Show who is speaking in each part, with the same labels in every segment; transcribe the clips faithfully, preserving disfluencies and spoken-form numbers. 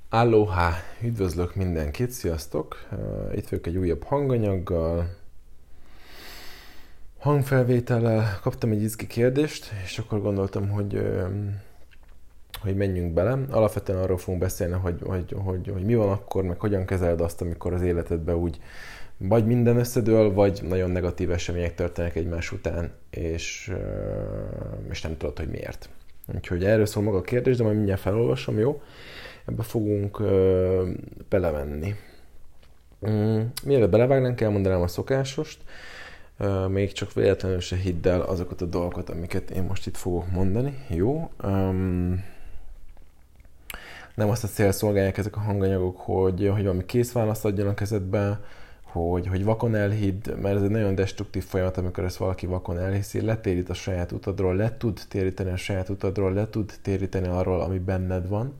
Speaker 1: Aloha! Üdvözlök mindenkit, sziasztok! Itt vagyok egy újabb hanganyaggal, hangfelvétellel. Kaptam egy izgi kérdést, és akkor gondoltam, hogy, hogy menjünk bele. Alapvetően arról fogunk beszélni, hogy, hogy, hogy, hogy mi van akkor, meg hogyan kezeled azt, amikor az életedben úgy vagy minden összedől, vagy nagyon negatív események történnek egymás után, és, és nem tudod, hogy miért. Úgyhogy erről szól maga a kérdés, de majd mindjárt felolvasom, jó? Ebbe fogunk ö, belemenni. Mm, mielőtt belevágnánk, elmondanám a szokásost, ö, még csak véletlenül se hidd el azokat a dolgokat, amiket én most itt fogok mondani, jó? Um, nem azt a cél szolgálják ezek a hanganyagok, hogy, hogy valami készválaszt adjon a kezedbe, hogy, hogy vakon elhidd, mert ez egy nagyon destruktív folyamat, amikor ezt valaki vakon elhiszi, letérít a saját utadról, le tud téríteni a saját utadról, le tud téríteni arról, ami benned van.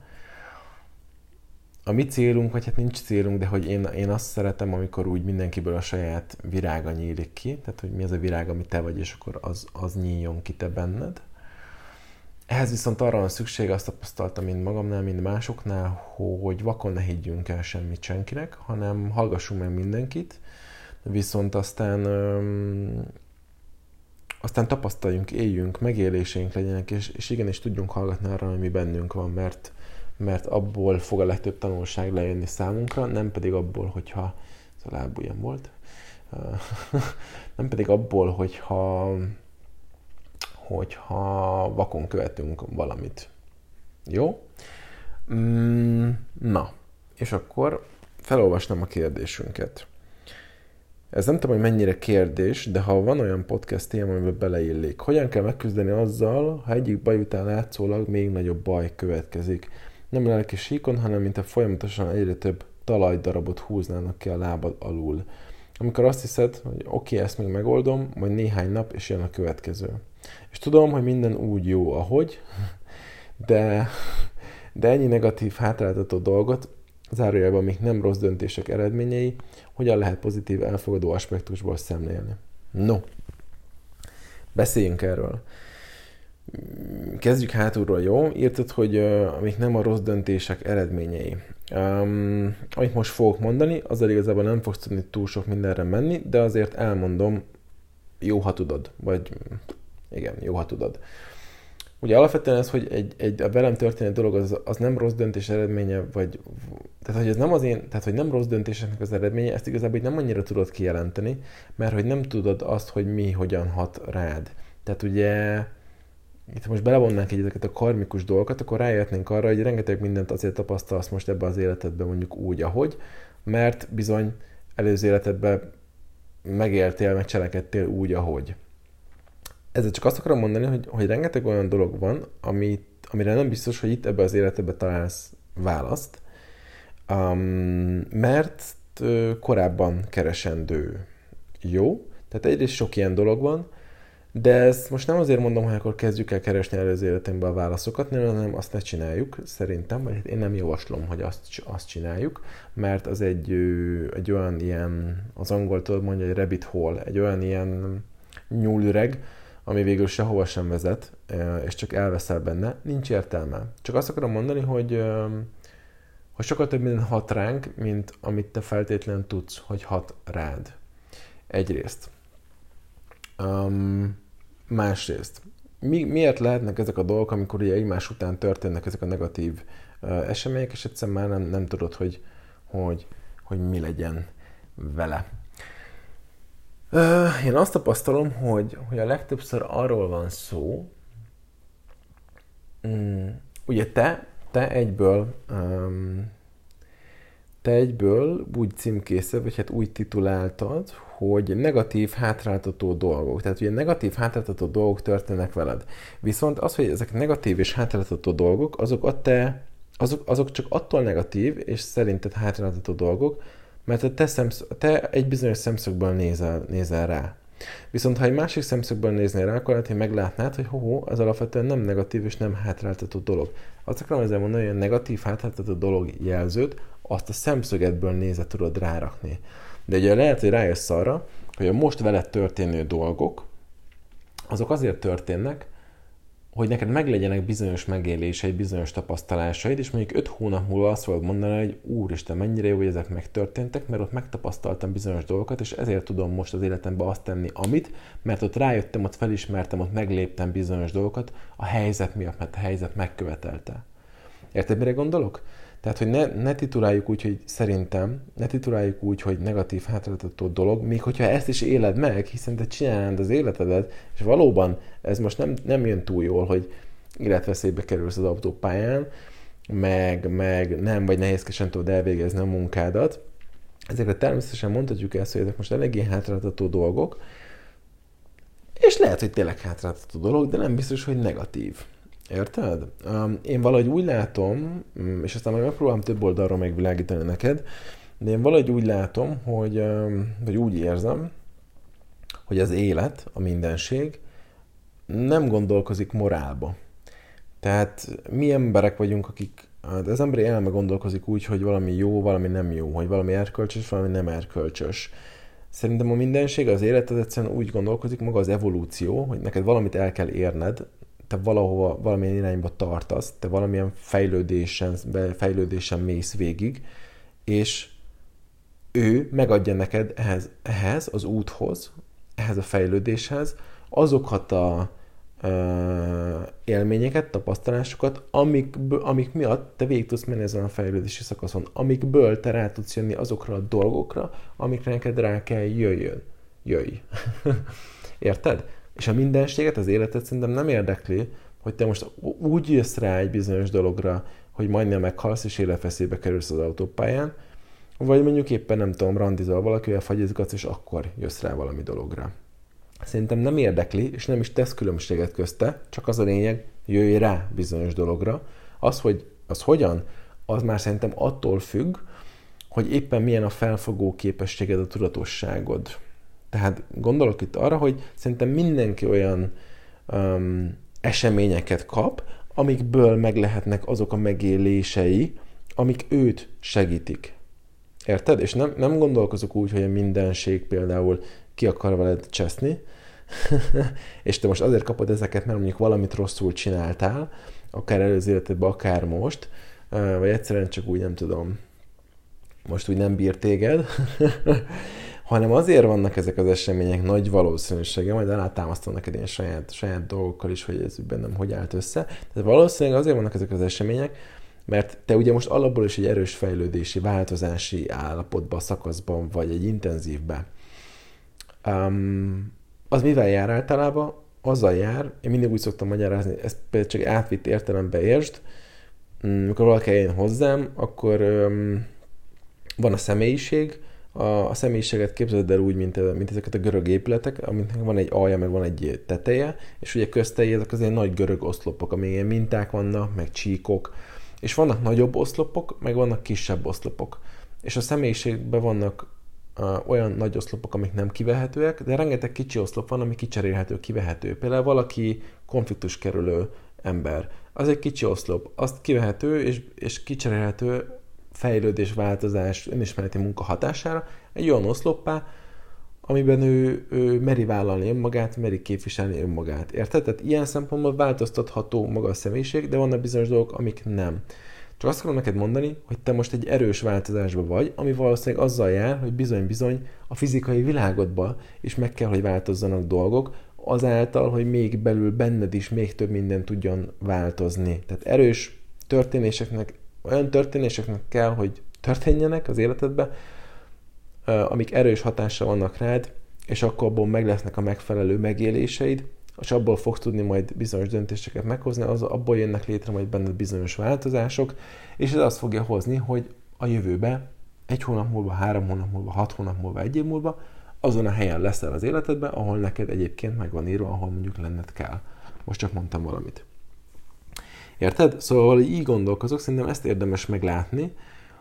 Speaker 1: A mi célunk, vagy hát nincs célunk, de hogy én, én azt szeretem, amikor úgy mindenkiből a saját virága nyílik ki, tehát hogy mi az a virág, ami te vagy, és akkor az, az nyíljon ki te benned. Ehhez viszont arra van szükség, azt tapasztaltam mind magamnál, mind másoknál, hogy vakon ne higgyünk el semmit senkinek, hanem hallgassunk meg mindenkit, viszont aztán, öm, aztán tapasztaljunk, éljünk, megéléseink legyenek, és, és igenis tudjunk hallgatni arra, ami bennünk van, mert mert abból fog a legtöbb tanulság lejönni számunkra, nem pedig abból, hogyha ez a lábujjam volt, nem pedig abból, hogyha, hogyha vakon követünk valamit. Jó? Na, és akkor felolvasnám a kérdésünket. Ez nem tudom, hogy mennyire kérdés, de ha van olyan podcast téma, amiben beleillik, hogyan kell megküzdeni azzal, ha egyik baj után látszólag még nagyobb baj következik? Nem lelki síkon, hanem mint a folyamatosan egyre több talajdarabot húznának ki a lábad alul. Amikor azt hiszed, hogy oké, okay, ezt még megoldom, majd néhány nap, és jön a következő. És tudom, hogy minden úgy jó, ahogy, de, de ennyi negatív hátráltató dolgot, zárójelben még nem rossz döntések eredményei, hogyan lehet pozitív elfogadó aspektusból szemlélni. No, beszéljünk erről. Kezdjük hátulról, jó? Írtad, hogy uh, amik nem a rossz döntések eredményei. Um, amit most fogok mondani, azzal igazából nem fogsz tudni túl sok mindenre menni, de azért elmondom, jó, ha tudod. Vagy igen, jó, ha tudod. Ugye alapvetően ez, hogy egy, egy a velem történő dolog, az, az nem rossz döntés eredménye, vagy tehát, hogy ez nem az én, tehát, hogy nem rossz döntéseknek az eredménye, ezt igazából nem annyira tudod kijelenteni, mert hogy nem tudod azt, hogy mi hogyan hat rád. Tehát ugye itt most belevonnánk egy ezeket a karmikus dolgokat, akkor rájöhetnénk arra, hogy rengeteg mindent azért tapasztalsz most ebben az életedben mondjuk úgy, ahogy, mert bizony előző életedben megéltél, meg cselekedtél úgy, ahogy. Ezzel csak azt akarom mondani, hogy, hogy rengeteg olyan dolog van, amit, amire nem biztos, hogy itt ebben az életedben találsz választ, um, mert uh, korábban keresendő. Jó? Tehát egyrészt sok ilyen dolog van, de ezt most nem azért mondom, hogy akkor kezdjük el keresni előző életünkben a válaszokat, nem, hanem azt ne csináljuk, szerintem, vagy én nem javaslom, hogy azt, azt csináljuk, mert az egy, egy olyan ilyen, az angoltól mondja, egy rabbit hole, egy olyan ilyen nyúlüreg, ami végül sehova sem vezet, és csak elveszel benne, nincs értelme. Csak azt akarom mondani, hogy, hogy sokkal több minden hat ránk, mint amit te feltétlenül tudsz, hogy hat rád. Egyrészt. Um, másrészt, mi, miért lehetnek ezek a dolgok, amikor ugye egymás után történnek ezek a negatív uh, események, és egyszerűen már nem, nem tudod, hogy, hogy, hogy mi legyen vele. Uh, én azt tapasztalom, hogy, hogy a legtöbbször arról van szó, um, ugye te, te egyből um, te egyből úgy címkészed, vagy hát úgy tituláltad, hogy negatív hátráltató dolgok. Tehát ugye negatív hátráltató dolgok történnek veled. Viszont az, hogy ezek negatív és hátráltató dolgok, azok, a te, azok, azok csak attól negatív és szerinted hátráltató dolgok, mert a te, szemsz, te egy bizonyos szemszögből nézel, nézel rá. Viszont ha egy másik szemszögből néznél rá, akkor lehet, hogy meglátnád, hogy ho ez alapvetően nem negatív és nem hátráltató dolog. Azt akarom ezzel mondani, hogy a negatív hátráltató dolog jelzőt azt a szemszögedből nézve tudod rárakni. De ugye lehet, hogy rájössz arra, hogy a most veled történő dolgok, azok azért történnek, hogy neked meglegyenek bizonyos megéléseid, bizonyos tapasztalásaid, és mondjuk öt hónap múlva azt fogod mondani, hogy úristen, mennyire jó, hogy ezek megtörténtek, mert ott megtapasztaltam bizonyos dolgokat, és ezért tudom most az életemben azt tenni, amit, mert ott rájöttem, ott felismertem, ott megléptem bizonyos dolgokat a helyzet miatt, mert a helyzet megkövetelte. Érted, mire gondolok? Tehát, hogy ne, ne tituláljuk úgy, hogy szerintem, ne tituláljuk úgy, hogy negatív, hátráltató dolog, még hogyha ezt is éled meg, hiszen te csinálnád az életedet, és valóban ez most nem, nem jön túl jól, hogy életveszélybe kerülsz az autópályán, meg, meg nem, vagy nehézkesen tudod elvégezni a munkádat. Ezekre természetesen mondhatjuk ezt, hogy ezek most eléggé hátráltató dolgok, és lehet, hogy tényleg hátráltató dolog, de nem biztos, hogy negatív. Érted? Én valahogy úgy látom, és aztán majd megpróbálom több oldalról megvilágítani neked, de én valahogy úgy látom, hogy, vagy úgy érzem, hogy az élet, a mindenség nem gondolkozik morálba. Tehát mi emberek vagyunk, akik, az emberi elme gondolkozik úgy, hogy valami jó, valami nem jó, hogy valami erkölcsös, valami nem erkölcsös. Szerintem a mindenség, az életed egyszerűen úgy gondolkozik, maga az evolúció, hogy neked valamit el kell érned, te valahova, valamilyen irányba tartasz, te valamilyen fejlődésen, fejlődésen mész végig, és ő megadja neked ehhez, ehhez az úthoz, ehhez a fejlődéshez azokat a ö, élményeket, tapasztalásokat, amik, amik miatt te végig tudsz menni ezen a fejlődési szakaszon, amikből te rá tudsz jönni azokra a dolgokra, amikre neked rá kell jöjjön. Jöjj. Érted? És a mindenséget, az életet szerintem nem érdekli, hogy te most úgy jössz rá egy bizonyos dologra, hogy majdnem meghalsz és életveszélybe kerülsz az autópályán, vagy mondjuk éppen nem tudom, randizol valakivel, fagyizgatsz, és akkor jössz rá valami dologra. Szerintem nem érdekli, és nem is tesz különbséget közte, csak az a lényeg, jöjj rá bizonyos dologra. Az, hogy az hogyan, az már szerintem attól függ, hogy éppen milyen a felfogó képességed, a tudatosságod. Tehát gondolok itt arra, hogy szerintem mindenki olyan um, eseményeket kap, amikből meg lehetnek azok a megélései, amik őt segítik. Érted? És nem, nem gondolkozok úgy, hogy a mindenség például ki akar veled cseszni, és te most azért kapod ezeket, mert mondjuk valamit rosszul csináltál, akár előző életedben, akár most, vagy egyszerűen csak úgy nem tudom, most úgy nem bír téged, hanem azért vannak ezek az események nagy valószínűsége, majd alátámasztom neked ilyen saját, saját dolgokkal is, hogy ez bennem hogy állt össze. Tehát valószínűleg azért vannak ezek az események, mert te ugye most alapból is egy erős fejlődési, változási állapotban, szakaszban vagy, egy intenzívben. Um, az mivel jár általában? Azzal jár, én mindig úgy szoktam magyarázni, ezt például csak átvitt értelembe értsd, amikor valaki eljön hozzám, akkor um, van a személyiség, a, a személyiséget képzeld el úgy, mint, mint ezeket a görög épületek, aminek van egy alja, meg van egy teteje, és ugye köztei ezek az ilyen nagy görög oszlopok, amik ilyen minták vannak, meg csíkok, és vannak nagyobb oszlopok, meg vannak kisebb oszlopok. És a személyiségben vannak uh, olyan nagy oszlopok, amik nem kivehetőek, de rengeteg kicsi oszlop van, ami kicserélhető, kivehető. Például valaki konfliktus kerülő ember. Az egy kicsi oszlop. Azt kivehető és, és kicserélhető fejlődés, változás, önismereti munka hatására egy olyan oszloppá, amiben ő, ő meri vállalni önmagát, meri képviselni önmagát. Érted? Tehát ilyen szempontból változtatható maga a személyiség, de vannak bizonyos dolgok, amik nem. Csak azt akarom neked mondani, hogy te most egy erős változásban vagy, ami valószínűleg azzal jár, hogy bizony-bizony a fizikai világodban is meg kell, hogy változzanak dolgok, azáltal, hogy még belül benned is még több minden tudjon változni. Tehát erős történéseknek, olyan történéseknek kell, hogy történjenek az életedben, amik erős hatással vannak rád, és akkor abból meg lesznek a megfelelő megéléseid, és abból fogsz tudni majd bizonyos döntéseket meghozni, az, abból jönnek létre majd benned bizonyos változások, és ez azt fogja hozni, hogy a jövőben, egy hónap múlva, három hónap múlva, hat hónap múlva, egy év múlva, azon a helyen leszel az életedben, ahol neked egyébként meg van írva, ahol mondjuk lenned kell. Most csak mondtam valamit. Érted? Szóval így gondolkozok, szerintem ezt érdemes meglátni,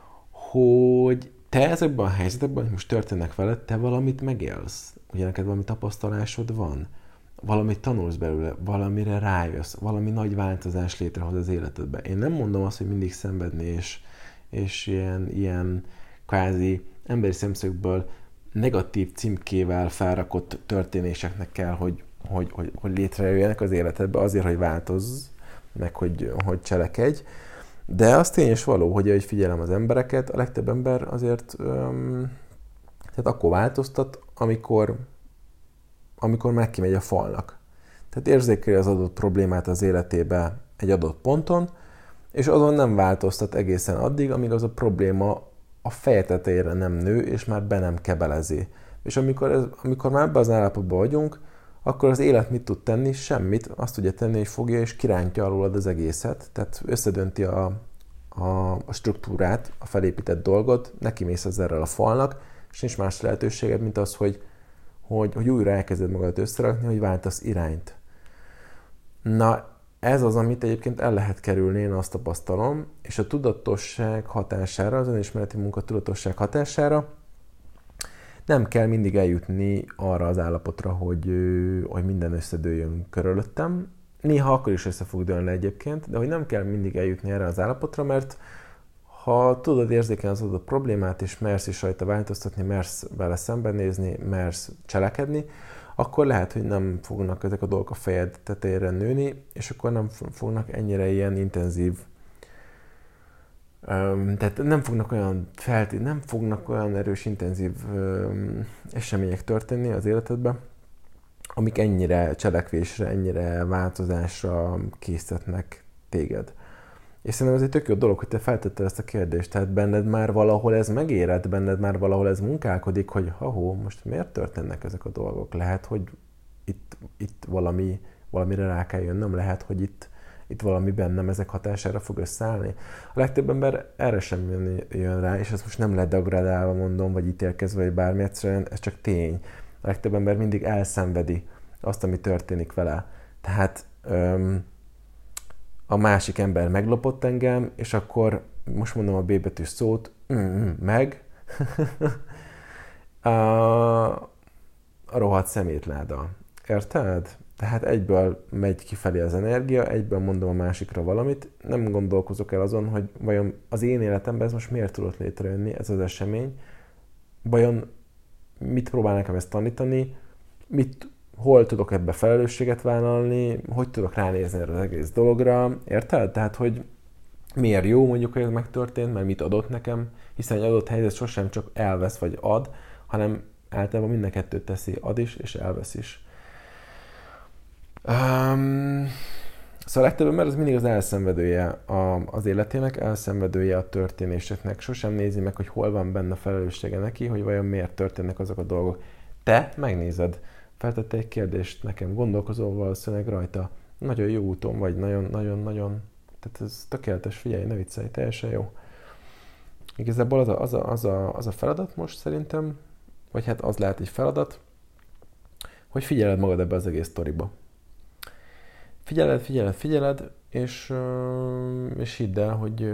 Speaker 1: hogy te ezekben a helyzetekben, hogy most történnek veled, te valamit megélsz. Ugye neked valami tapasztalásod van, valamit tanulsz belőle, valamire rájössz, valami nagy változás létrehoz az életedben. Én nem mondom azt, hogy mindig szenvedni, és, és ilyen, ilyen kvázi emberi szemszögből negatív címkével felrakott történéseknek kell, hogy hogy, hogy, hogy létrejöjjenek az életedbe, azért, hogy változz, meg hogy, hogy cselekedj. De az tény és való, hogy ahogy figyelem az embereket, a legtöbb ember azért öm, tehát akkor változtat, amikor, amikor megkimegy a falnak. Tehát érzékeli az adott problémát az életébe egy adott ponton, és azon nem változtat egészen addig, amíg az a probléma a feje tetejére nem nő, és már be nem kebelezi. És amikor, ez, amikor már ebben az állapotban vagyunk, akkor az élet mit tud tenni? Semmit. Azt tudja tenni, hogy fogja és kirántja alólad az egészet. Tehát összedönti a, a, a struktúrát, a felépített dolgot, neki mész ezzel a falnak, és nincs más lehetőséged, mint az, hogy, hogy, hogy újra elkezded magadat összerakni, hogy váltasz irányt. Na, ez az, amit egyébként el lehet kerülni, én azt tapasztalom, és a tudatosság hatására, az önismereti munka tudatosság hatására nem kell mindig eljutni arra az állapotra, hogy, hogy minden összedőljön körülöttem. Néha akkor is össze fog dőlni egyébként, de hogy nem kell mindig eljutni erre az állapotra, mert ha tudod érzékelni az adott problémát, és mersz is rajta változtatni, mersz vele szembenézni, mersz cselekedni, akkor lehet, hogy nem fognak ezek a dolgok a fejed tetejére nőni, és akkor nem fognak ennyire ilyen intenzív, um, tehát nem fognak olyan feltét, nem fognak olyan erős, intenzív um, események történni az életedben, amik ennyire cselekvésre, ennyire változásra késztetnek téged. És szerintem ez egy tök jó dolog, hogy te feltetted ezt a kérdést, tehát benned már valahol ez megérett, benned már valahol ez munkálkodik, hogy ha-hó, most miért történnek ezek a dolgok? Lehet, hogy itt, itt valami, valamire rá kell jönnöm, lehet, hogy itt, itt valami bennem ezek hatására fog összeállni. A legtöbb ember erre sem jön, jön rá, és ezt most nem ledegradálva mondom, vagy ítélkezve, vagy bármi, egyszerűen ez csak tény. A legtöbb ember mindig elszenvedi azt, ami történik vele. Tehát öm, a másik ember meglopott engem, és akkor most mondom a B betűs szót, mm, meg a, a rohadt szemétláda. Érted? Tehát egyből megy kifelé az energia, egyből mondom a másikra valamit, nem gondolkozok el azon, hogy vajon az én életemben ez most miért tudott létrejönni, ez az esemény, vajon mit próbál nekem ezt tanítani, mit hol tudok ebbe felelősséget vállalni, hogy tudok ránézni erre az egész dologra, érted? Tehát, hogy miért jó mondjuk, hogy ez megtörtént, mert mit adott nekem, hiszen egy adott helyzet sosem csak elvesz vagy ad, hanem általában mind a kettőt teszi, ad is és elvesz is. Um, szóval legtöbb ember az mindig az elszenvedője a, az életének, elszenvedője a történéseknek. Sosem nézi meg, hogy hol van benne a felelőssége neki, hogy vajon miért történnek azok a dolgok. Te megnézed. Feltette egy kérdést nekem, gondolkozol valószínűleg rajta. Nagyon jó úton vagy, nagyon-nagyon-nagyon, tehát ez tökéletes, figyelj, ne viccelj, teljesen jó. Igazából az a, az, a, az, a, az a feladat most szerintem, vagy hát az lehet egy feladat, hogy figyeled magad ebbe az egész sztoriba. Figyeled, figyeled, figyeled, és, és hidd el, hogy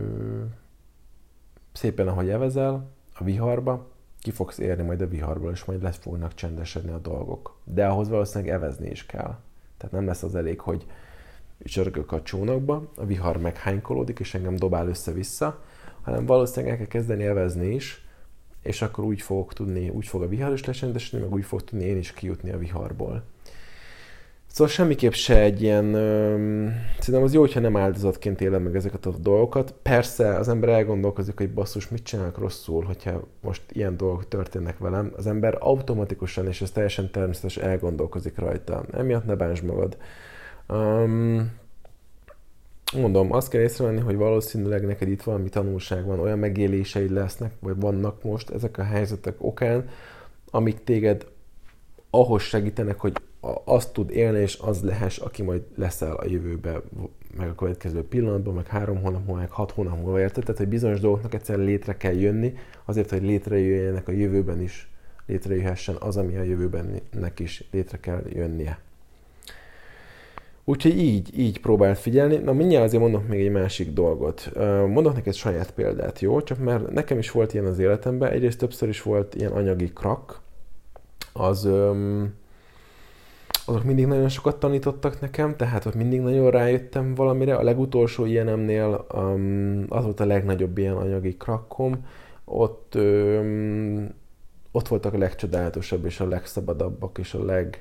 Speaker 1: szépen ahogy evezel a viharba, ki fogsz érni majd a viharból, és majd lesz fognak csendesedni a dolgok. De ahhoz valószínűleg evezni is kell. Tehát nem lesz az elég, hogy csörgök a csónakba, a vihar meghánykolódik, és engem dobál össze-vissza, hanem valószínűleg el kell kezdeni evezni is, és akkor úgy fogok tudni, úgy fog a vihar is lecsendesedni, meg úgy fog tudni én is kijutni a viharból. Szóval semmiképp se egy ilyen... Öm, szerintem az jó, hogyha nem áldozatként éled meg ezeket a dolgokat. Persze az ember elgondolkozik, hogy basszus, mit csinálok rosszul, hogyha most ilyen dolgok történnek velem. Az ember automatikusan, és ez teljesen természetes, elgondolkozik rajta. Emiatt ne bántsd magad. Um, mondom, azt kell észrevenni, hogy valószínűleg neked itt valami tanulság van, olyan megéléseid lesznek, vagy vannak most ezek a helyzetek okán, amik téged ahhoz segítenek, hogy azt tud élni, és az lehess, aki majd leszel a jövőbe, meg a következő pillanatban, meg három hónap múlva, meg hat hónap múlva, érted? Tehát, hogy bizonyos dolgoknak egyszerűen létre kell jönni, azért, hogy létrejöjjenek a jövőben is, létrejöhessen az, ami a jövőben nek is létre kell jönnie. Úgyhogy így, így próbáld figyelni. Na, mindjárt azért mondok még egy másik dolgot. Mondok neked saját példát, jó? Csak mert nekem is volt ilyen az életemben, egyrészt többször is volt ilyen anyagi krak, az... Öm, azok mindig nagyon sokat tanítottak nekem, tehát ott mindig nagyon rájöttem valamire. A legutolsó ilyenemnél um, az volt a legnagyobb ilyen anyagi krakkom. Ott, um, ott voltak a legcsodálatosabb és a legszabadabbak és a, leg, a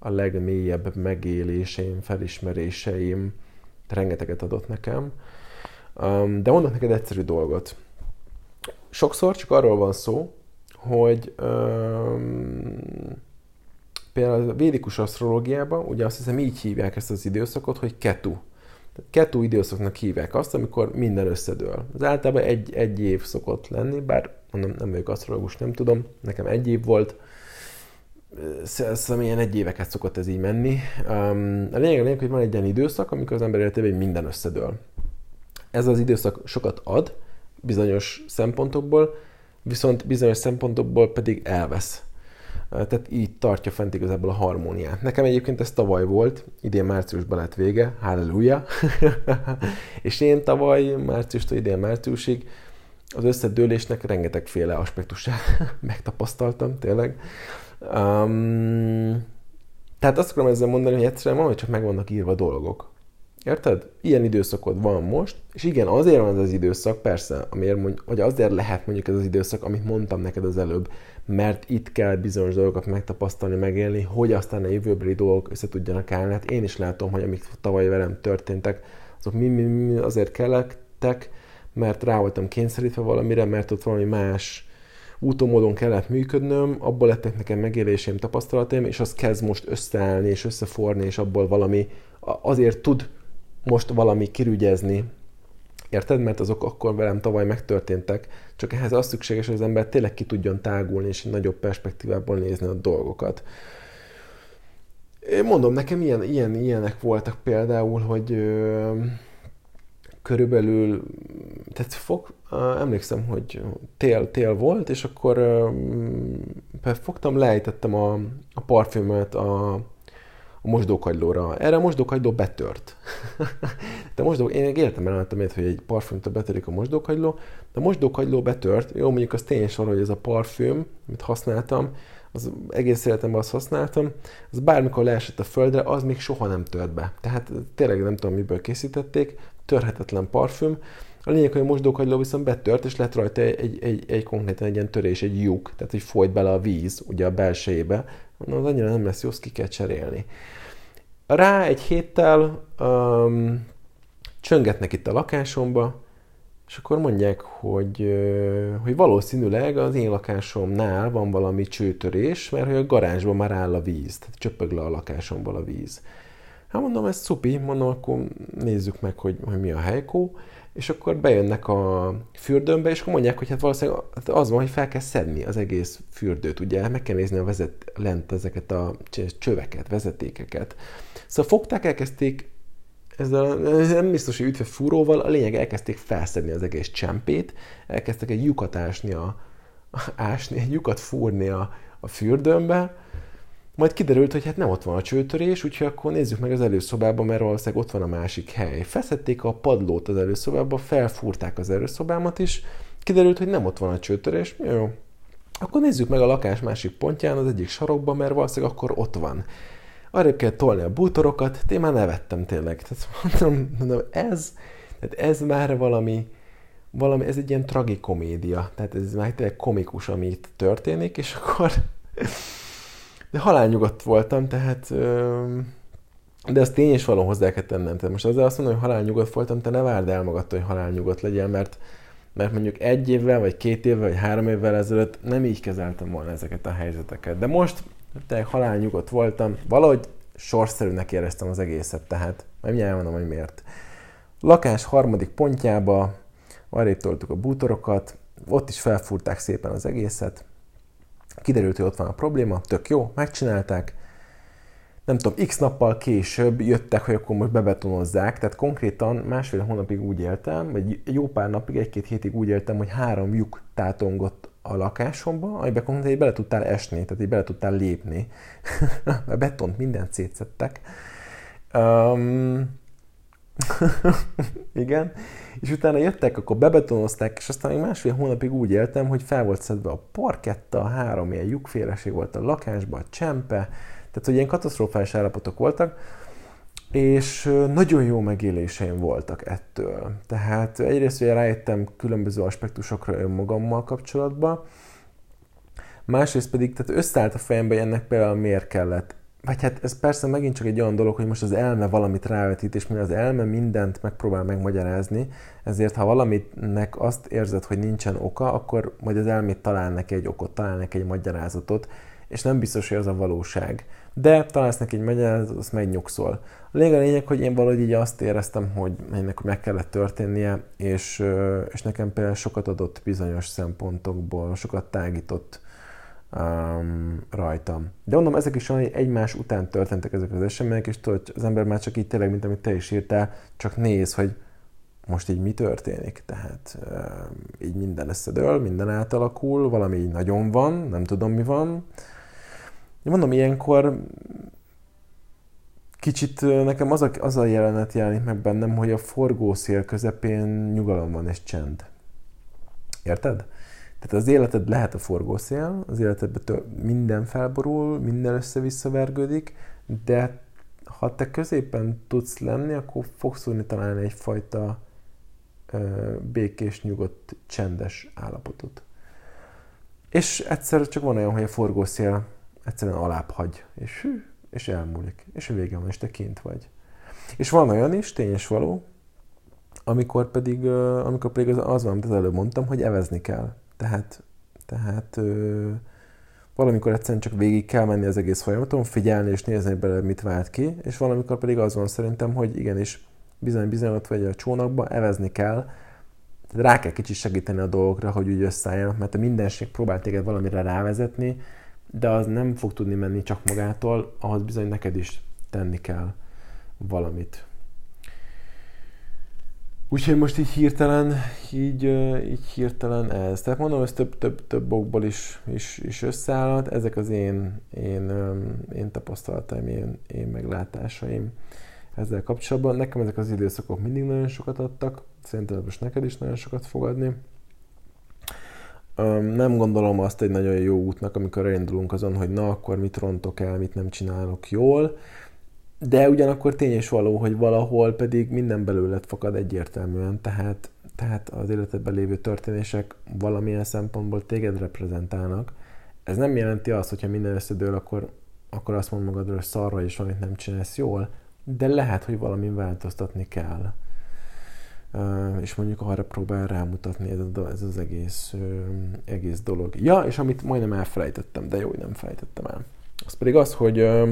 Speaker 1: a legmélyebb megéléseim, felismeréseim, rengeteget adott nekem. Um, de mondok neked egyszerű dolgot. Sokszor csak arról van szó, hogy um, például a védikus asztrológiában, ugye azt hiszem így hívják ezt az időszakot, hogy ketu. Tehát ketu időszaknak hívják azt, amikor minden összedől. Az általában egy, egy év szokott lenni, bár nem, nem vagyok asztrológus, nem tudom, nekem egy év volt, szerintem ilyen egy éveket szokott ez így menni. Um, a lényeg a lényeg, hogy van egy ilyen időszak, amikor az ember életében minden összedől. Ez az időszak sokat ad bizonyos szempontokból, viszont bizonyos szempontokból pedig elvesz. Tehát így tartja fent igazából a harmóniát. Nekem egyébként ez tavaly volt, idén márciusban lett vége, halleluja! És én tavaly márciustól idén márciusig az összedőlésnek rengetegféle aspektusát megtapasztaltam, tényleg. Um, tehát azt akarom ezzel mondani, hogy egyszerűen van, hogy csak meg vannak írva dolgok. Érted? Ilyen időszakod van most, és igen, azért van ez az időszak, persze, amiért mondj, vagy azért lehet mondjuk ez az időszak, amit mondtam neked az előbb, mert itt kell bizonyos dolgokat megtapasztalni, megélni, hogy aztán a jövőbeli dolgok össze tudjanak állni. Hát én is látom, hogy amik tavaly velem történtek, azok mi, mi, mi azért kellettek, mert rá voltam kényszerítve valamire, mert ott valami más úton, módon kellett működnöm, abból lettek nekem megéléseim, tapasztalataim, és az kezd most összeállni, és összeforni, és abból valami, azért tud most valami kirügyezni. Érted? Mert azok akkor velem tavaly megtörténtek. Csak ehhez az szükséges, hogy az ember tényleg ki tudjon tágulni, és egy nagyobb perspektívából nézni a dolgokat. Én mondom, nekem ilyen, ilyen, ilyenek voltak például, hogy ö, körülbelül, tehát fog, ö, emlékszem, hogy tél, tél volt, és akkor ö, fogtam, lejtettem a, a parfümöt a a mosdókagylóra. Erre a mosdókagyló betört. de mosdó, én életemben láttam ilyet, hogy egy parfümtől betörik a mosdókagyló, de a mosdókagyló betört. Jó, mondjuk az tény sorol, hogy ez a parfüm, amit használtam, az egész életemben azt használtam, az bármikor leesett a földre, az még soha nem tört be. Tehát tényleg nem tudom, miből készítették, törhetetlen parfüm. A lényeg, hogy a mosdókagyló viszont betört, és lett rajta egy, egy, egy, egy konkrétan egy ilyen törés, egy lyuk, tehát hogy folyt bele a víz, ugye a belsejébe. Na, az annyira nem lesz jó, azt ki kell cserélni. Rá egy héttel um, csöngetnek itt a lakásomba, és akkor mondják, hogy, uh, hogy valószínűleg az én lakásomnál van valami csőtörés, mert hogy a garázsban már áll a víz, tehát csöpög le a lakásomból a víz. Hát mondom, ez szupi, mondom, akkor nézzük meg, hogy, hogy mi a helykó, és akkor bejönnek a fürdőmbe, és akkor mondják, hogy hát valószínűleg az van, hogy fel kell szedni az egész fürdőt, ugye, meg kell nézni a vezet, lent ezeket a csöveket, vezetékeket. Szóval fogták, elkezdték, ezzel nem biztos, hogy ütve fúróval, a lényeg elkezdték felszedni az egész csempét, elkezdtek egy lyukat ásni, a, ásni egy lyukat fúrni a, a fürdőmbe, majd kiderült, hogy hát nem ott van a csőtörés, úgyhogy akkor nézzük meg az előszobában, mert valószínűleg ott van a másik hely. Feszedték a padlót az előszobába, felfúrták az előszobámat is, kiderült, hogy nem ott van a csőtörés. Jó. Akkor nézzük meg a lakás másik pontján, az egyik sarokban, mert valószínűleg akkor ott van. Arrébb kell tolni a bútorokat, én már nevettem tényleg. Tehát mondom, mondom ez, tehát ez már valami, valami, ez egy ilyen tragikomédia. Tehát ez már tényleg komikus, ami itt történik, és akkor... De halálnyugodt voltam, tehát... De ezt tény is való hozzá kell tennem. Tehát most azért azt mondom, hogy halálnyugodt voltam, te ne várd el magadtól, hogy halálnyugodt legyen, mert, mert mondjuk egy évvel, vagy két évvel, vagy három évvel ezelőtt nem így kezeltem volna ezeket a helyzeteket. De most tényleg halálnyugodt voltam, valahogy sorszerűnek éreztem az egészet, tehát majd elmondom, hogy miért. Lakás harmadik pontjába arrébb toltuk a bútorokat, ott is felfúrták szépen az egészet, kiderült, hogy ott van a probléma, tök jó, megcsinálták. Nem tudom, x nappal később jöttek, hogy akkor most bebetonozzák, tehát konkrétan másfél hónapig úgy éltem, vagy jó pár napig, egy-két hétig úgy éltem, hogy három lyuk tátongott a lakásomba, amiben konkrétan így bele tudtál esni, tehát így bele tudtál lépni. A betont mindent szétszettek. Um... Igen. És utána jöttek, akkor bebetonozták, és aztán még másfél hónapig úgy éltem, hogy fel volt szedve a parketta, három ilyen lyukféleség volt a lakásban, a csempe, tehát hogy ilyen katasztrofális állapotok voltak, és nagyon jó megéléseim voltak ettől. Tehát egyrészt ugye rájöttem különböző aspektusokra önmagammal kapcsolatban, másrészt pedig tehát összeállt a fejembe, hogy ennek például miért kellett vagy hát ez persze megint csak egy olyan dolog, hogy most az elme valamit rávetít, és mivel az elme mindent megpróbál megmagyarázni, ezért ha valaminek azt érzed, hogy nincsen oka, akkor majd az elmét talál neki egy okot, talál neki egy magyarázatot, és nem biztos, hogy az a valóság. De találsz neki egy magyarázatot, azt megnyugszol. A lényeg a lényeg, hogy én valahogy így azt éreztem, hogy ennek meg kellett történnie, és, és nekem például sokat adott bizonyos szempontokból, sokat tágított um, rajtam. De mondom, ezek is olyan, hogy egymás után történtek ezek az események, és tudod, az ember már csak így tényleg, mint amit te is írtál, csak néz, hogy most így mi történik. Tehát um, így minden összedől, minden átalakul, valami így nagyon van, nem tudom mi van. Én mondom, ilyenkor kicsit nekem az a, az a jelenet jelenik meg bennem, hogy a forgószél közepén nyugalom van és csend. Érted? Tehát az életed lehet a forgószél, az életedben minden felborul, minden össze-visszavergődik, de ha te középen tudsz lenni, akkor fogsz tudni találni egyfajta ö, békés, nyugodt, csendes állapotot. És egyszer csak van olyan, hogy a forgószél egyszerűen alább hagy, és hű, és elmúlik, és a vége van, és te kint vagy. És van olyan is, tény és való, amikor pedig, amikor pedig az, az van, amit az előbb mondtam, hogy evezni kell. Tehát, tehát ö, valamikor egyszerűen csak végig kell menni az egész folyamaton, figyelni és nézni bele, mit vált ki, és valamikor pedig az van szerintem, hogy igenis bizony-bizony ott vagy a csónakba, evezni kell, rá kell kicsit segíteni a dolgokra, hogy úgy összeálljanak, mert a mindenség próbál téged valamire rávezetni, de az nem fog tudni menni csak magától, ahhoz bizony neked is tenni kell valamit. Úgyhogy most így hirtelen, így, így hirtelen ez. Tehát mondom, ez több, több, több okból is, is, is összeállhat. Ezek az én, én, én tapasztalataim, én, én meglátásaim ezzel kapcsolatban. Nekem ezek az időszakok mindig nagyon sokat adtak. Szerintem most neked is nagyon sokat fog adni. Nem gondolom azt egy nagyon jó útnak, amikor elindulunk azon, hogy na, akkor mit rontok el, mit nem csinálok jól. De ugyanakkor tény és való, hogy valahol pedig minden belőled fakad egyértelműen, tehát, tehát az életedben lévő történések valamilyen szempontból téged reprezentálnak. Ez nem jelenti azt, hogyha minden összedől, akkor, akkor azt mondod magadról, hogy szarra és valamit nem csinálsz jól, de lehet, hogy valamin változtatni kell. Uh, és mondjuk arra próbál rámutatni ez, a, ez az egész, uh, egész dolog. Ja, és amit majdnem elfelejtettem, de jó, hogy nem felejtettem el. Az pedig az, hogy uh,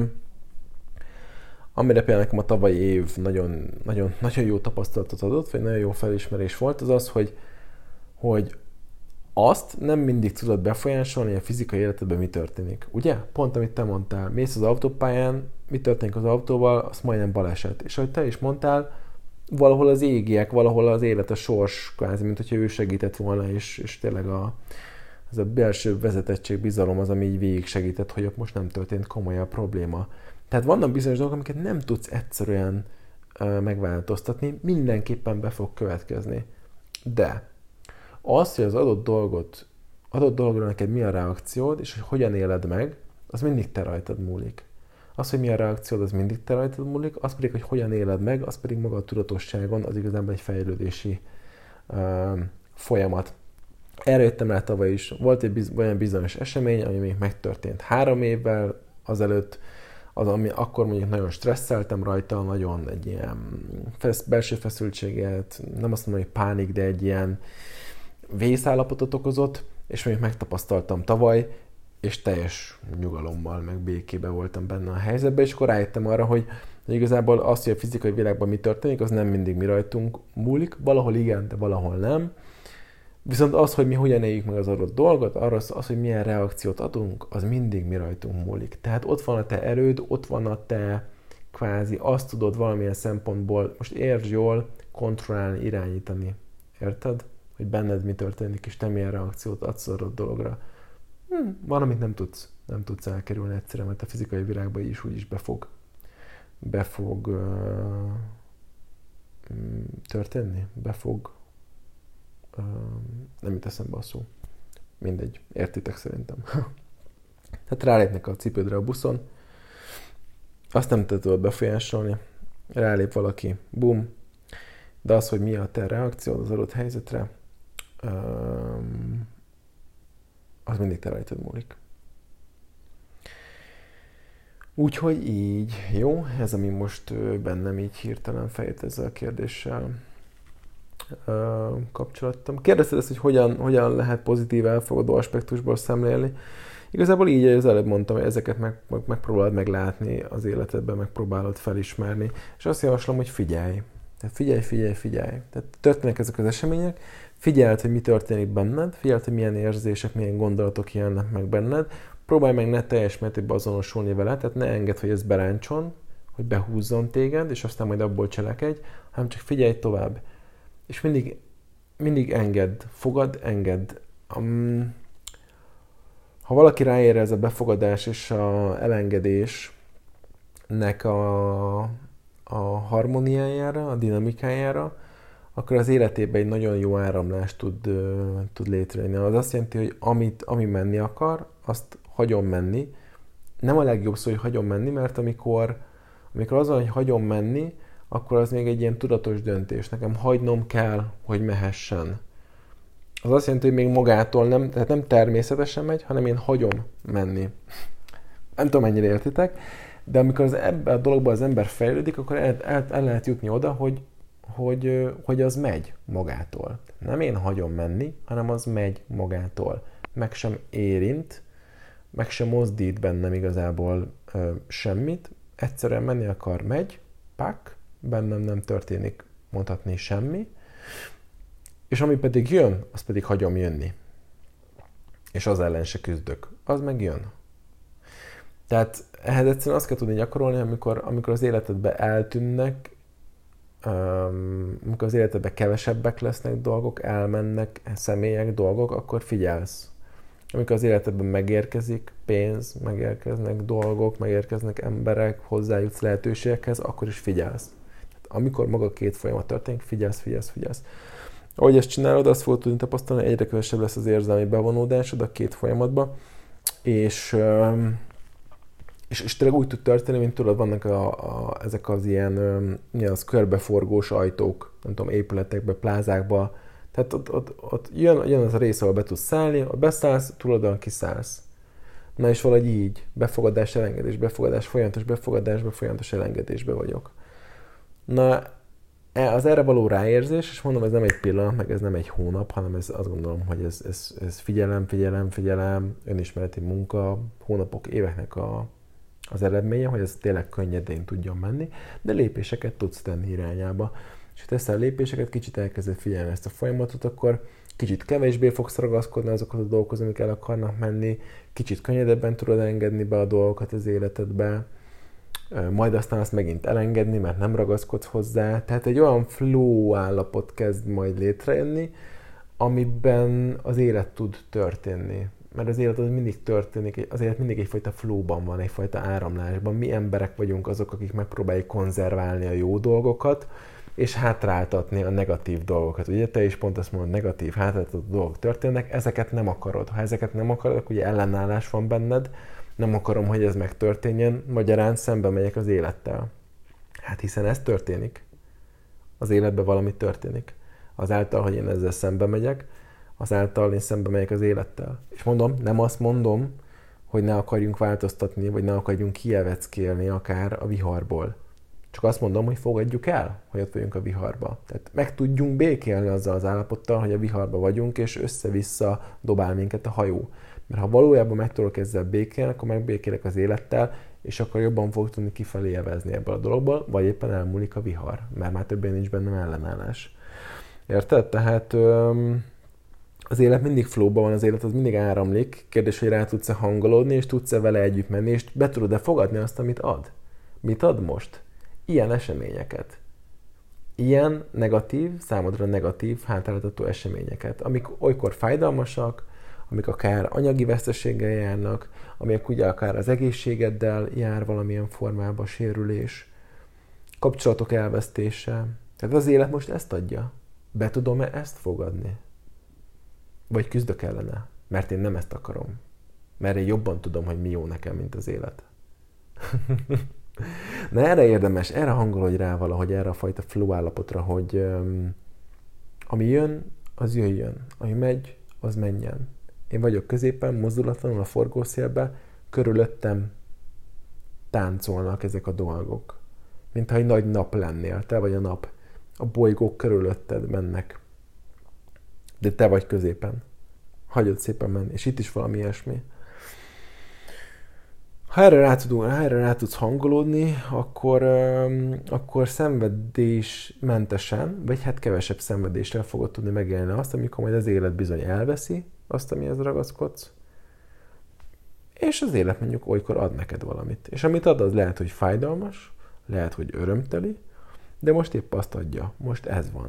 Speaker 1: amire például nekem a tavalyi év nagyon, nagyon, nagyon jó tapasztalatot adott, vagy nagyon jó felismerés volt, az az, hogy, hogy azt nem mindig tudod befolyásolni, hogy a fizikai életedben mi történik. Ugye? Pont amit te mondtál. Mész az autópályán, mi történik az autóval, az majdnem baleset. És ahogy te is mondtál, valahol az égiek, valahol az élet, a sors, kvázi, mint hogyha ő segített volna, és, és tényleg a, az a belső vezetettség, bizalom az, ami így végig segített, hogy ott most nem történt komolyabb probléma. Tehát vannak bizonyos dolgok, amiket nem tudsz egyszerűen uh, megváltoztatni, mindenképpen be fog következni. De az, hogy az adott dolgot, adott dologra neked mi a reakciód, és hogy hogyan éled meg, az mindig te rajtad múlik. Az, hogy mi a reakciód, az mindig te rajtad múlik, az pedig, hogy hogyan éled meg, az pedig maga a tudatosságon, az igazából egy fejlődési uh, folyamat. Erre jöttem rá tavaly is. Volt egy biz- olyan bizonyos esemény, ami még megtörtént három évvel azelőtt, az, ami akkor mondjuk nagyon stresszeltem rajta, nagyon egy ilyen fesz, belső feszültséget, nem azt mondom, hogy pánik, de egy ilyen vészállapotot okozott, és mondjuk megtapasztaltam tavaly, és teljes nyugalommal, meg békébe voltam benne a helyzetben, és akkor rájöttem arra, hogy igazából az, hogy a fizikai világban mi történik, az nem mindig mi rajtunk múlik, valahol igen, de valahol nem. Viszont az, hogy mi hogyan éljük meg az adott dolgot, arra az, az, hogy milyen reakciót adunk, az mindig mi rajtunk múlik. Tehát ott van a te erőd, ott van a te kvázi, azt tudod valamilyen szempontból, most értsd jól, kontrollálni, irányítani. Érted? Hogy benned mi történik, és te milyen reakciót adsz az adott dologra. Hm, van, amit nem tudsz, nem tudsz elkerülni egyszerűen, mert a fizikai világban is úgyis befog, befog uh, történni, befog Uh, nem jut eszembe a szó. Mindegy, értitek szerintem. Tehát rálépnek a cipődre a buszon, azt nem tudod befolyásolni, rálép valaki, bum, de az, hogy mi a te reakciód az adott helyzetre, um, az mindig te rajtad múlik. Úgyhogy így, jó? Ez, ami most bennem így hirtelen fejt ezzel a kérdéssel kapcsolatom. Kérdezted ezt, hogy hogyan, hogyan lehet pozitív elfogadó aspektusból szemlélni. Igazából így, az előbb mondtam, hogy ezeket meg, meg, megpróbálod meglátni az életedben, megpróbálod felismerni, és azt javaslom, hogy figyelj. Tehát figyelj, figyelj, figyelj. Tehát történnek ezek az események, figyeld, hogy mi történik benned, figyeld, hogy milyen érzések, milyen gondolatok jelennek meg benned, próbálj meg ne teljes mértékben azonosulni vele, tehát ne engedd, hogy ez beráncson, hogy behúzzon téged, és aztán majd abból cselekedj, hanem csak figyelj tovább. És mindig, mindig engedd, fogad, engedd. Um, ha valaki ráér ez a befogadás és a elengedésnek a, a harmóniájára, a dinamikájára, akkor az életében egy nagyon jó áramlás tud, uh, tud létrejönni. Az azt jelenti, hogy amit, ami menni akar, azt hagyom menni. Nem a legjobb szó, hogy hagyom menni, mert amikor, amikor az van, hogy hagyom menni, akkor az még egy ilyen tudatos döntés. Nekem hagynom kell, hogy mehessen. Az azt jelenti, hogy még magától nem, tehát nem természetesen megy, hanem én hagyom menni. Nem tudom, mennyire értitek, de amikor az ebben a dologban az ember fejlődik, akkor el, el, el lehet jutni oda, hogy, hogy, hogy az megy magától. Nem én hagyom menni, hanem az megy magától. Meg sem érint, meg sem mozdít bennem igazából ö, semmit. Egyszerűen menni akar, megy, pak, bennem nem történik mondhatni semmi, és ami pedig jön, az pedig hagyom jönni. És az ellen se küzdök. Az meg jön. Tehát ehhez egyszerűen azt kell tudni gyakorolni, amikor, amikor az életedbe eltűnnek, um, amikor az életedbe kevesebbek lesznek dolgok, elmennek személyek, dolgok, akkor figyelsz. Amikor az életedben megérkezik pénz, megérkeznek dolgog, megérkeznek emberek, hozzájutsz lehetőségekhez, akkor is figyelsz. Tehát amikor maga két folyamat történik, figyelsz, figyelsz, figyelsz. Ahogy ezt csinálod, azt fogod tudni tapasztalni, hogy egyre kevesebb lesz az érzelmi bevonódásod a két folyamatba, és, és, és tényleg úgy tud történni, mint tudod, vannak a, a, ezek az ilyen, mi az, körbeforgós ajtók, nem tudom, épületekbe, plázákba, tehát ott, ott, ott jön, jön az a rész, ahol be tudsz szállni, ha beszállsz, túloldalon kiszállsz. Na és valahogy így, befogadás, elengedés, befogadás, folyamatos befogadásba, folyamatos elengedésbe vagyok. Na, az erre való ráérzés, és mondom, ez nem egy pillanat, meg ez nem egy hónap, hanem ez, azt gondolom, hogy ez, ez, ez figyelem, figyelem, figyelem, önismereti munka, hónapok, éveknek a, az eredménye, hogy ez tényleg könnyedén tudjon menni, de lépéseket tudsz tenni irányába. És ha teszel lépéseket, kicsit elkezded figyelni ezt a folyamatot, akkor kicsit kevésbé fogsz ragaszkodni azokhoz a dolgokhoz, amik el akarnak menni, kicsit könnyedebben tudod engedni be a dolgokat az életedbe, majd aztán azt megint elengedni, mert nem ragaszkodsz hozzá. Tehát egy olyan flow állapot kezd majd létrejönni, amiben az élet tud történni. Mert az élet az mindig történik, az élet mindig egyfajta flowban van, egyfajta áramlásban. Mi emberek vagyunk azok, akik megpróbáljuk konzerválni a jó dolgokat, és hátráltatni a negatív dolgokat. Ugye te is pont azt mondod, negatív, hátráltató dolgok történnek, ezeket nem akarod. Ha ezeket nem akarod, akkor ugye ellenállás van benned, nem akarom, hogy ez megtörténjen, magyarán szembe megyek az élettel. Hát hiszen ez történik. Az életben valami történik. Azáltal, hogy én ezzel szembe megyek, azáltal én szembe megyek az élettel. És mondom, nem azt mondom, hogy ne akarjunk változtatni, vagy ne akarjunk kieveckélni akár a viharból. Csak azt mondom, hogy fogadjuk el, hogy ott vagyunk a viharba. Tehát meg tudjunk békélni azzal az állapottal, hogy a viharba vagyunk, és össze-vissza dobál minket a hajó. Mert ha valójában meg tudok ezzel békélni, akkor megbékélek az élettel, és akkor jobban fog tudni kifelé evezni ebből a dologból, vagy éppen elmúlik a vihar, mert már többé nincs bennem ellenállás. Érted? Tehát öm, az élet mindig flowban van, az élet az mindig áramlik. Kérdés, hogy rá tudsz-e hangolódni, és tudsz-e vele együtt menni, és be tudod-e fogadni azt, amit ad? Mit ad most? Ilyen eseményeket. Ilyen negatív, számodra negatív, hátráltató eseményeket, amik olykor fájdalmasak, amik akár anyagi veszteséggel járnak, amik ugye akár az egészségeddel jár valamilyen formában sérülés, kapcsolatok elvesztése. Tehát az élet most ezt adja. Be tudom-e ezt fogadni? Vagy küzdök ellene? Mert én nem ezt akarom. Mert én jobban tudom, hogy mi jó nekem, mint az élet. Na erre érdemes, erre hangolodj rá valahogy, erre a fajta flow állapotra, hogy um, ami jön, az jöjjön. Ami megy, az menjen. Én vagyok középen, mozdulatlanul a forgószélbe, körülöttem táncolnak ezek a dolgok. Mintha egy nagy nap lennél, te vagy a nap. A bolygók körülötted mennek. De te vagy középen. Hagyod szépen menni. És itt is valami ilyesmi. Ha erre rá, tudunk, ha erre rá tudsz hangolódni, akkor, um, akkor szenvedésmentesen, vagy hát kevesebb szenvedéssel fogod tudni megélni azt, amikor majd az élet bizony elveszi azt, amihez ragaszkodsz, és az élet mondjuk olykor ad neked valamit. És amit ad, az lehet, hogy fájdalmas, lehet, hogy örömteli, de most épp azt adja. Most ez van.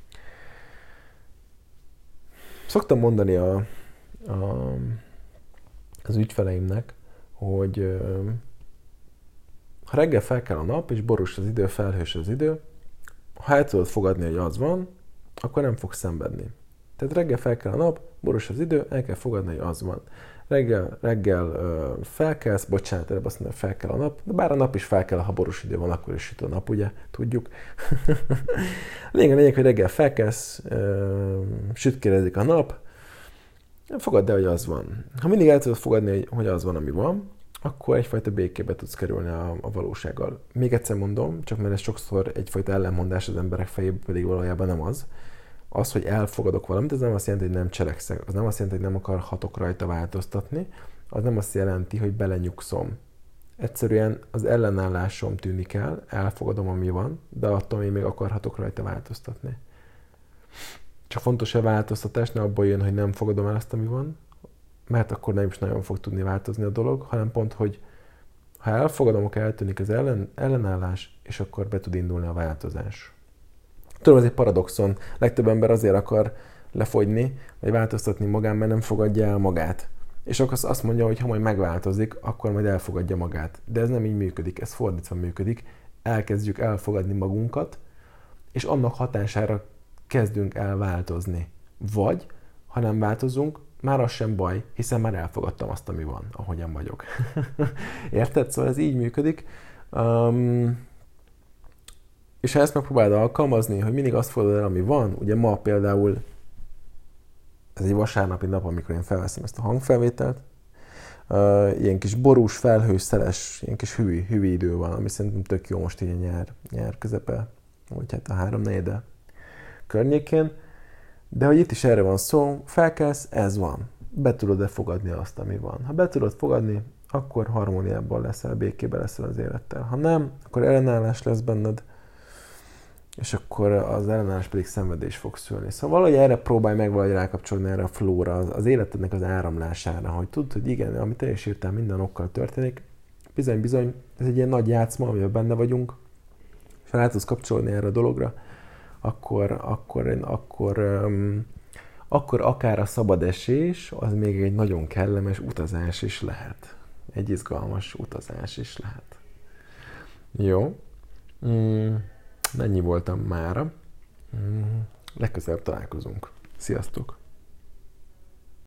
Speaker 1: Szoktam mondani a, a, az ügyfeleimnek, hogy ha reggel fel kell a nap, és borús az idő, felhős az idő, ha el tudod fogadni, hogy az van, akkor nem fogsz szenvedni. Tehát reggel fel kell a nap, borús az idő, el kell fogadni, hogy az van. Reggel, reggel uh, felkelsz, bocsánat, előbb azt mondom, fel kell a nap, de bár a nap is fel kell, ha borús idő van, akkor is süt a nap, ugye? Tudjuk. Lényeg a lényeg, hogy reggel felkelsz, uh, sütkérezik a nap, fogadd el, hogy az van. Ha mindig el tudod fogadni, hogy az van, ami van, akkor egyfajta békébe tudsz kerülni a, a valósággal. Még egyszer mondom, csak mert ez sokszor egyfajta ellenmondás az emberek fejében, pedig valójában nem az. Az, hogy elfogadok valamit, ez nem azt jelenti, hogy nem cselekszek. Az nem azt jelenti, hogy nem akarhatok rajta változtatni. Az nem azt jelenti, hogy belenyugszom. Egyszerűen az ellenállásom tűnik el, elfogadom, ami van, de attól még, még akarhatok rajta változtatni. Csak fontos, hogy a változtatás ne abból jön, hogy nem fogadom el azt, ami van, mert akkor nem is nagyon fog tudni változni a dolog, hanem pont, hogy ha elfogadom, akkor eltűnik az ellen, ellenállás, és akkor be tud indulni a változás. Tudom, ez egy paradoxon. Legtöbb ember azért akar lefogyni, vagy változtatni magán, mert nem fogadja el magát. És akkor azt mondja, hogy ha majd megváltozik, akkor majd elfogadja magát. De ez nem így működik, ez fordítva működik. Elkezdjük elfogadni magunkat, és annak hatására kezdünk el változni. Vagy, ha nem változunk, már az sem baj, hiszen már elfogadtam azt, ami van, ahogyan vagyok. Érted? Szóval ez így működik. Um, és ha ezt megpróbálod alkalmazni, hogy mindig azt fogadod el, ami van, ugye ma például ez egy vasárnapi nap, amikor én felveszem ezt a hangfelvételt, uh, ilyen kis borús, felhős, szeles, ilyen kis hüvi, hüvi idő van, ami szerintem tök jó most így a nyár, nyár közepe, vagy hát a háromnegyede környékén. De hogy itt is erre van szó, felkelsz, ez van. Be tudod-e fogadni azt, ami van. Ha be tudod fogadni, akkor harmóniában leszel, békében leszel az élettel. Ha nem, akkor ellenállás lesz benned, és akkor az ellenállás pedig szenvedés fog szülni. Szóval valahogy erre próbálj meg valahogy rákapcsolni erre a flóra, az, az életednek az áramlására, hogy tudd, hogy igen, amit te is írtál, minden okkal történik. Bizony-bizony, ez egy ilyen nagy játszma, amiben benne vagyunk, és ha rá tudsz kapcsolni erre a dologra, akkor, akkor, akkor, um, akkor akár a szabad esés, az még egy nagyon kellemes utazás is lehet. Egy izgalmas utazás is lehet. Jó. Mm, ennyi voltam mára. Mm, legközelebb találkozunk. Sziasztok!